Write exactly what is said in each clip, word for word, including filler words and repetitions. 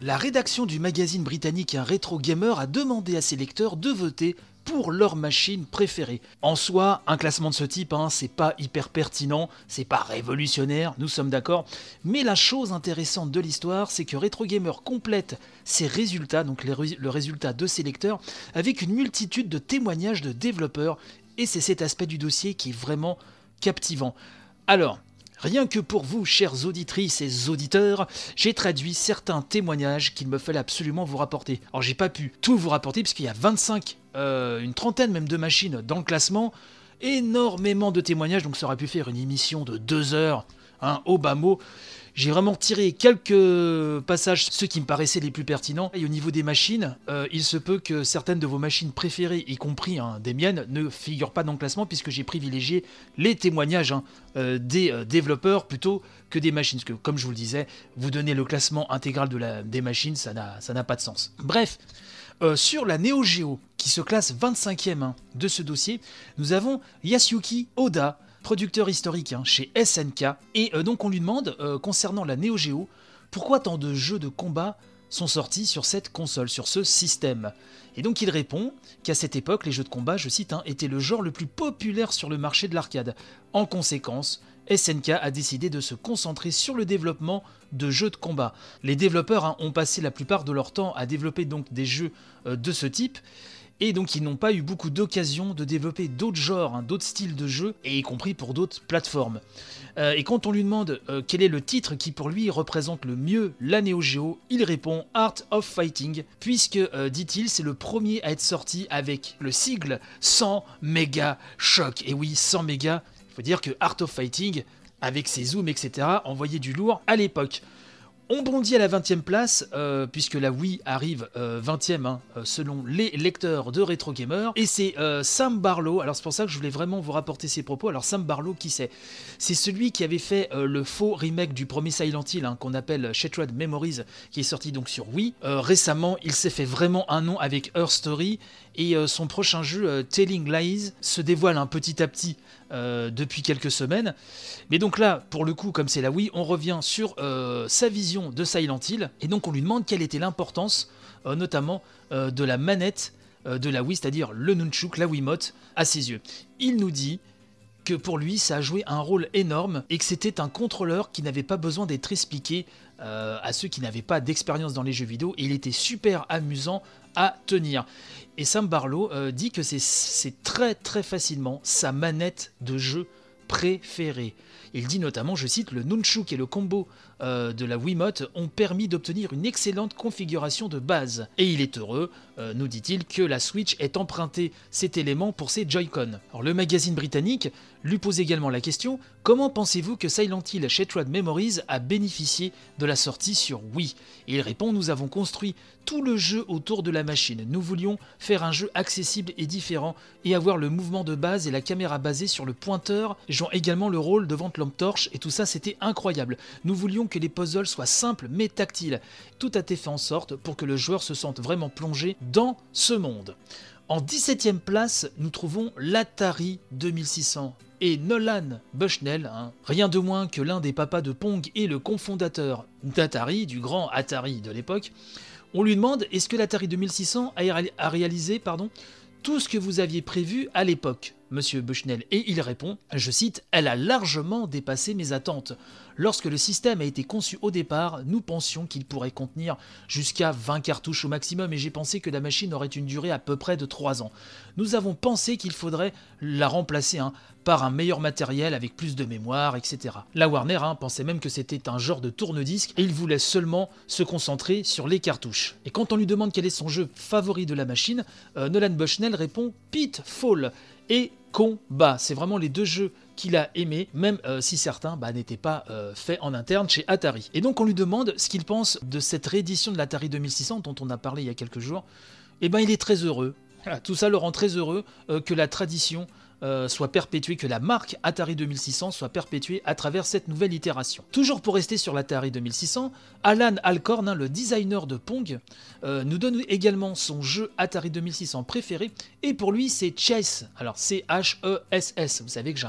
la rédaction du magazine britannique Retro Gamer a demandé à ses lecteurs de voter pour leur machine préférée. En soi, un classement de ce type, hein, c'est pas hyper pertinent, c'est pas révolutionnaire, nous sommes d'accord, mais la chose intéressante de l'histoire, c'est que Retro Gamer complète ses résultats, donc les, le résultat de ses lecteurs, avec une multitude de témoignages de développeurs, et c'est cet aspect du dossier qui est vraiment captivant. Alors, rien que pour vous, chères auditrices et auditeurs, j'ai traduit certains témoignages qu'il me fallait absolument vous rapporter. Alors j'ai pas pu tout vous rapporter parce qu'il y a vingt-cinq, euh, une trentaine même de machines dans le classement, énormément de témoignages, donc ça aurait pu faire une émission de deux heures, hein, au bas mot. J'ai vraiment tiré quelques passages, ceux qui me paraissaient les plus pertinents. Et au niveau des machines, euh, il se peut que certaines de vos machines préférées, y compris hein, des miennes, ne figurent pas dans le classement puisque j'ai privilégié les témoignages hein, euh, des euh, développeurs plutôt que des machines. Parce que, comme je vous le disais, vous donner le classement intégral de la, des machines, ça n'a, ça n'a pas de sens. Bref, euh, sur la Neo Geo, qui se classe vingt-cinquième hein, de ce dossier, nous avons Yasuyuki Oda, producteur historique hein, chez S N K, et euh, donc on lui demande, euh, concernant la Neo Geo, pourquoi tant de jeux de combat sont sortis sur cette console, sur ce système. Et donc il répond qu'à cette époque, les jeux de combat, je cite, hein, étaient le genre le plus populaire sur le marché de l'arcade. En conséquence, S N K a décidé de se concentrer sur le développement de jeux de combat. Les développeurs hein, ont passé la plupart de leur temps à développer donc des jeux euh, de ce type, et donc ils n'ont pas eu beaucoup d'occasion de développer d'autres genres, hein, d'autres styles de jeux, et y compris pour d'autres plateformes. Euh, et quand on lui demande euh, quel est le titre qui pour lui représente le mieux la Neo Geo, il répond Art of Fighting, puisque, euh, dit-il, c'est le premier à être sorti avec le sigle cent méga choc. Et oui, cent mégas, il faut dire que Art of Fighting, avec ses zooms, et cetera, envoyait du lourd à l'époque. On bondit à la vingtième place, euh, puisque la Wii arrive euh, vingtième, hein, selon les lecteurs de Retro Gamer, et c'est euh, Sam Barlow. Alors c'est pour ça que je voulais vraiment vous rapporter ses propos. Alors Sam Barlow, qui c'est ? C'est celui qui avait fait euh, le faux remake du premier Silent Hill, hein, qu'on appelle Shattered Memories, qui est sorti donc sur Wii. Euh, récemment, il s'est fait vraiment un nom avec Her Story, et euh, son prochain jeu, euh, Telling Lies, se dévoile hein, petit à petit euh, depuis quelques semaines. Mais donc là, pour le coup, comme c'est la Wii, on revient sur euh, sa vision de Silent Hill, et donc on lui demande quelle était l'importance, euh, notamment euh, de la manette euh, de la Wii, c'est-à-dire le nunchuk, la Wiimote, à ses yeux. Il nous dit que pour lui, ça a joué un rôle énorme, et que c'était un contrôleur qui n'avait pas besoin d'être expliqué euh, à ceux qui n'avaient pas d'expérience dans les jeux vidéo, et il était super amusant à tenir. Et Sam Barlow euh, dit que c'est, c'est très très facilement sa manette de jeu préférée. Il dit notamment, je cite, le nunchuk et le combo euh, de la Wiimote ont permis d'obtenir une excellente configuration de base. Et il est heureux, euh, nous dit-il, que la Switch ait emprunté cet élément pour ses Joy-Con. Alors, le magazine britannique lui pose également la question, comment pensez-vous que Silent Hill Shattered Memories a bénéficié de la sortie sur Wii ? Et il répond, nous avons construit tout le jeu autour de la machine. Nous voulions faire un jeu accessible et différent et avoir le mouvement de base et la caméra basée sur le pointeur, jouant également le rôle devant lampe torche, et tout ça c'était incroyable. Nous voulions que les puzzles soient simples mais tactiles. Tout a été fait en sorte pour que le joueur se sente vraiment plongé dans ce monde. En dix-septième place, nous trouvons l'Atari deux mille six cents. Et Nolan Bushnell, hein, rien de moins que l'un des papas de Pong et le cofondateur d'Atari, du grand Atari de l'époque, on lui demande, est-ce que l'Atari deux mille six cents a réalisé pardon, tout ce que vous aviez prévu à l'époque, monsieur Bushnell ? Et il répond, je cite, « Elle a largement dépassé mes attentes. Lorsque le système a été conçu au départ, nous pensions qu'il pourrait contenir jusqu'à vingt cartouches au maximum, et j'ai pensé que la machine aurait une durée à peu près de trois ans. Nous avons pensé qu'il faudrait la remplacer hein, par un meilleur matériel avec plus de mémoire, et cetera. La Warner hein, pensait même que c'était un genre de tourne-disque, et il voulait seulement se concentrer sur les cartouches. Et quand on lui demande quel est son jeu favori de la machine, euh, Nolan Bushnell répond « Pitfall » et Combat. C'est vraiment les deux jeux qu'il a aimés, même euh, si certains bah, n'étaient pas euh, faits en interne chez Atari. Et donc on lui demande ce qu'il pense de cette réédition de l'Atari deux mille six cents dont on a parlé il y a quelques jours. Et ben il est très heureux. Voilà, tout ça le rend très heureux euh, que la tradition euh, soit perpétuée, que la marque Atari deux mille six cents soit perpétuée à travers cette nouvelle itération. Toujours pour rester sur l'Atari deux mille six cents, Alan Alcorn, hein, le designer de Pong, euh, nous donne également son jeu Atari deux mille six cents préféré, et pour lui c'est Chess, alors C H E S S, vous savez que j'ai un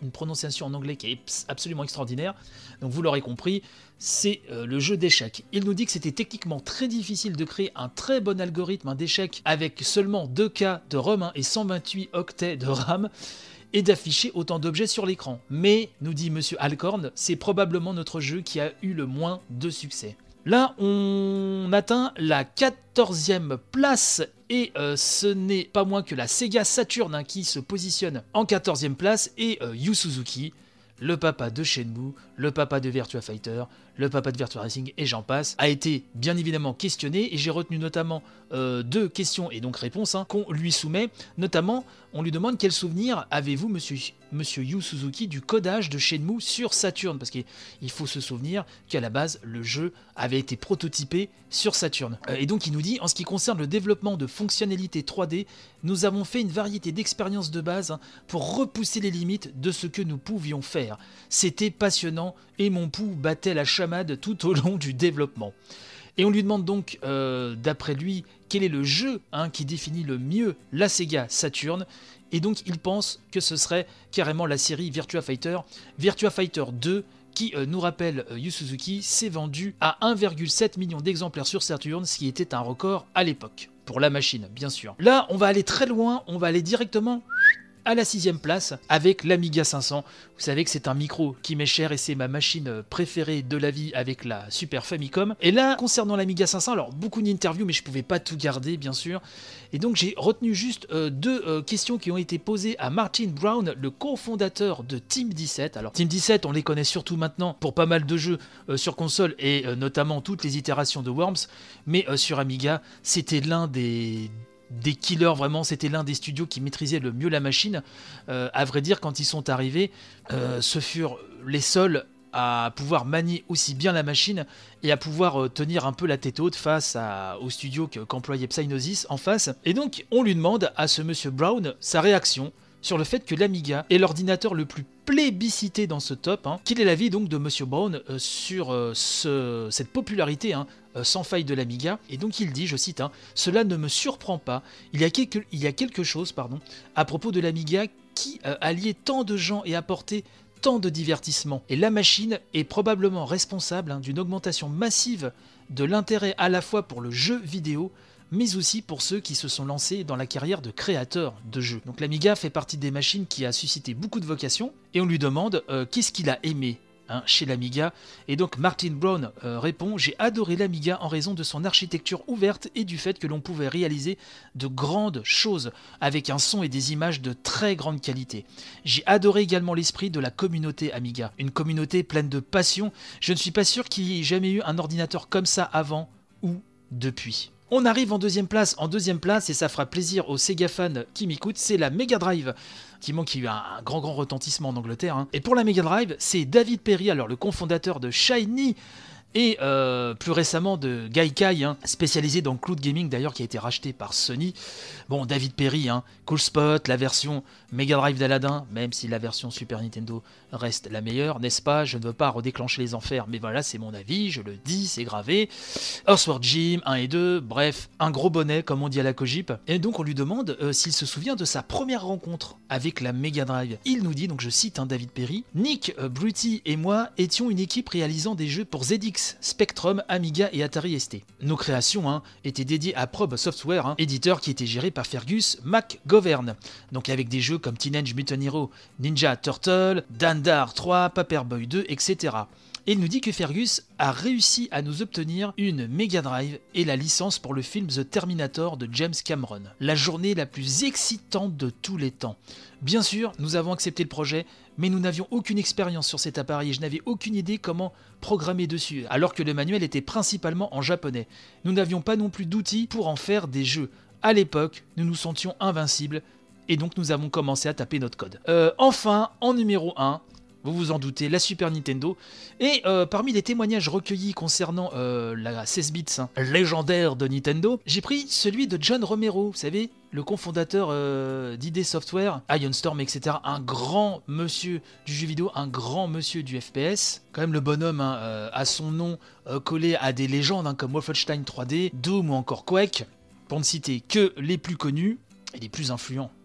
une prononciation en anglais qui est absolument extraordinaire. Donc vous l'aurez compris, c'est euh, le jeu d'échecs. Il nous dit que c'était techniquement très difficile de créer un très bon algorithme d'échecs avec seulement deux K de ROM hein, et cent vingt-huit octets de RAM et d'afficher autant d'objets sur l'écran. Mais, nous dit Monsieur Alcorn, c'est probablement notre jeu qui a eu le moins de succès. Là, on atteint la quatorzième place et euh, ce n'est pas moins que la Sega Saturn hein, qui se positionne en quatorzième place et euh, Yu Suzuki, le papa de Shenmue, le papa de Virtua Fighter, le papa de Virtua Racing et j'en passe, a été bien évidemment questionné et j'ai retenu notamment euh, deux questions et donc réponses hein, qu'on lui soumet. Notamment, on lui demande quel souvenir avez-vous, monsieur, monsieur Yu Suzuki, du codage de Shenmue sur Saturn, parce qu'il faut se souvenir qu'à la base, le jeu avait été prototypé sur Saturn. Euh, et donc il nous dit, en ce qui concerne le développement de fonctionnalités trois D, nous avons fait une variété d'expériences de base hein, pour repousser les limites de ce que nous pouvions faire. C'était passionnant et mon pouls battait la chamade tout au long du développement. Et on lui demande donc, euh, d'après lui, quel est le jeu hein, qui définit le mieux la Sega Saturn. Et donc il pense que ce serait carrément la série Virtua Fighter. Virtua Fighter deux, qui euh, nous rappelle euh, Yu Suzuki, s'est vendu à un virgule sept million d'exemplaires sur Saturn, ce qui était un record à l'époque. Pour la machine, bien sûr. Là, on va aller très loin, on va aller directement à la sixième place avec l'Amiga cinq cents. Vous savez que c'est un micro qui m'est cher et c'est ma machine préférée de la vie avec la Super Famicom. Et là, concernant l'Amiga cinq cents, alors beaucoup d'interviews mais je pouvais pas tout garder bien sûr. Et donc j'ai retenu juste euh, deux euh, questions qui ont été posées à Martin Brown, le cofondateur de Team dix-sept. Alors Team dix-sept, on les connaît surtout maintenant pour pas mal de jeux euh, sur console et euh, notamment toutes les itérations de Worms. Mais euh, sur Amiga, c'était l'un des... des killers, vraiment, c'était l'un des studios qui maîtrisait le mieux la machine. Euh, à vrai dire, quand ils sont arrivés, euh, ce furent les seuls à pouvoir manier aussi bien la machine et à pouvoir euh, tenir un peu la tête haute face à, au studio que, qu'employait Psygnosis en face. Et donc, on lui demande à ce monsieur Brown sa réaction sur le fait que l'Amiga est l'ordinateur le plus plébiscité dans ce top. Hein. Quel est l'avis donc de monsieur Brown euh, sur euh, ce, cette popularité hein, euh, sans faille de l'Amiga? Et donc il dit, je cite, hein, « Cela ne me surprend pas. Il y a quelque, il y a quelque chose pardon, à propos de l'Amiga qui euh, alliait tant de gens et apportait tant de divertissement. Et la machine est probablement responsable hein, d'une augmentation massive de l'intérêt à la fois pour le jeu vidéo, mais aussi pour ceux qui se sont lancés dans la carrière de créateurs de jeux. » Donc l'Amiga fait partie des machines qui a suscité beaucoup de vocations, et on lui demande euh, qu'est-ce qu'il a aimé hein, chez l'Amiga. Et donc Martin Brown euh, répond « J'ai adoré l'Amiga en raison de son architecture ouverte et du fait que l'on pouvait réaliser de grandes choses avec un son et des images de très grande qualité. J'ai adoré également l'esprit de la communauté Amiga, une communauté pleine de passion. Je ne suis pas sûr qu'il y ait jamais eu un ordinateur comme ça avant ou depuis. » On arrive en deuxième place, en deuxième place, et ça fera plaisir aux Sega fans qui m'écoutent, c'est la Mega Drive, qui a eu un, un grand grand retentissement en Angleterre. Hein. Et pour la Mega Drive, c'est David Perry, alors le cofondateur de Shiny, et euh, plus récemment de Gaikai, hein, spécialisé dans le cloud gaming d'ailleurs, qui a été racheté par Sony. Bon, David Perry, hein, Cool Spot, la version Mega Drive d'Aladin, même si la version Super Nintendo reste la meilleure, n'est-ce pas? Je ne veux pas redéclencher les enfers, mais voilà, c'est mon avis, je le dis, c'est gravé. Earthworm Jim un et deux, bref, un gros bonnet, comme on dit à la Cogip. Et donc on lui demande euh, s'il se souvient de sa première rencontre avec la Mega Drive. Il nous dit, donc je cite hein, David Perry, « Nick, euh, Bruty et moi étions une équipe réalisant des jeux pour Z X, Spectrum, Amiga et Atari S T. Nos créations hein, étaient dédiées à Probe Software, hein, éditeur qui était géré par Fergus McGovern, donc avec des jeux comme Teenage Mutant Hero, Ninja Turtle, Dandar trois, Paperboy deux, et cetera. Et il nous dit que Fergus a réussi à nous obtenir une Mega Drive et la licence pour le film The Terminator de James Cameron. La journée la plus excitante de tous les temps. Bien sûr, nous avons accepté le projet, mais nous n'avions aucune expérience sur cet appareil et je n'avais aucune idée comment programmer dessus, alors que le manuel était principalement en japonais. Nous n'avions pas non plus d'outils pour en faire des jeux. À l'époque, nous nous sentions invincibles, et donc nous avons commencé à taper notre code. Euh, enfin, en numéro un, vous vous en doutez, la Super Nintendo. Et euh, parmi les témoignages recueillis concernant euh, la seize bits hein, légendaire de Nintendo, j'ai pris celui de John Romero, vous savez, le cofondateur euh, d'I D Software, Ion Storm, et cetera. Un grand monsieur du jeu vidéo, un grand monsieur du F P S. Quand même, le bonhomme hein, euh, a son nom euh, collé à des légendes hein, comme Wolfenstein trois D, Doom ou encore Quake, pour ne citer que les plus connus et les plus influents.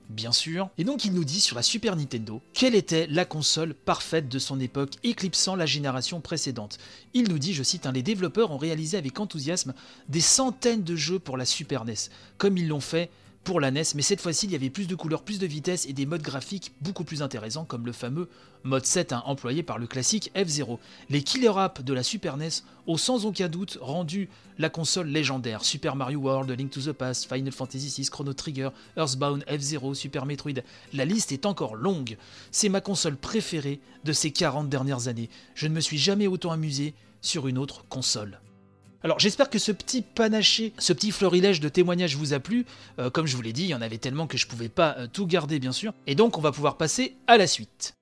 bien sûr. Et donc il nous dit sur la Super Nintendo quelle était la console parfaite de son époque, éclipsant la génération précédente. Il nous dit, je cite, hein, les développeurs ont réalisé avec enthousiasme des centaines de jeux pour la Super N E S, comme ils l'ont fait pour la N E S, mais cette fois-ci il y avait plus de couleurs, plus de vitesse et des modes graphiques beaucoup plus intéressants comme le fameux mode sept hein, employé par le classique F zéro. Les killer apps de la Super N E S ont sans aucun doute rendu la console légendaire. Super Mario World, Link to the Past, Final Fantasy six, Chrono Trigger, Earthbound, F zéro, Super Metroid, la liste est encore longue. C'est ma console préférée de ces quarante dernières années. Je ne me suis jamais autant amusé sur une autre console. Alors j'espère que ce petit panaché, ce petit florilège de témoignages vous a plu. Euh, comme je vous l'ai dit, il y en avait tellement que je pouvais pas euh, tout garder bien sûr. Et donc on va pouvoir passer à la suite.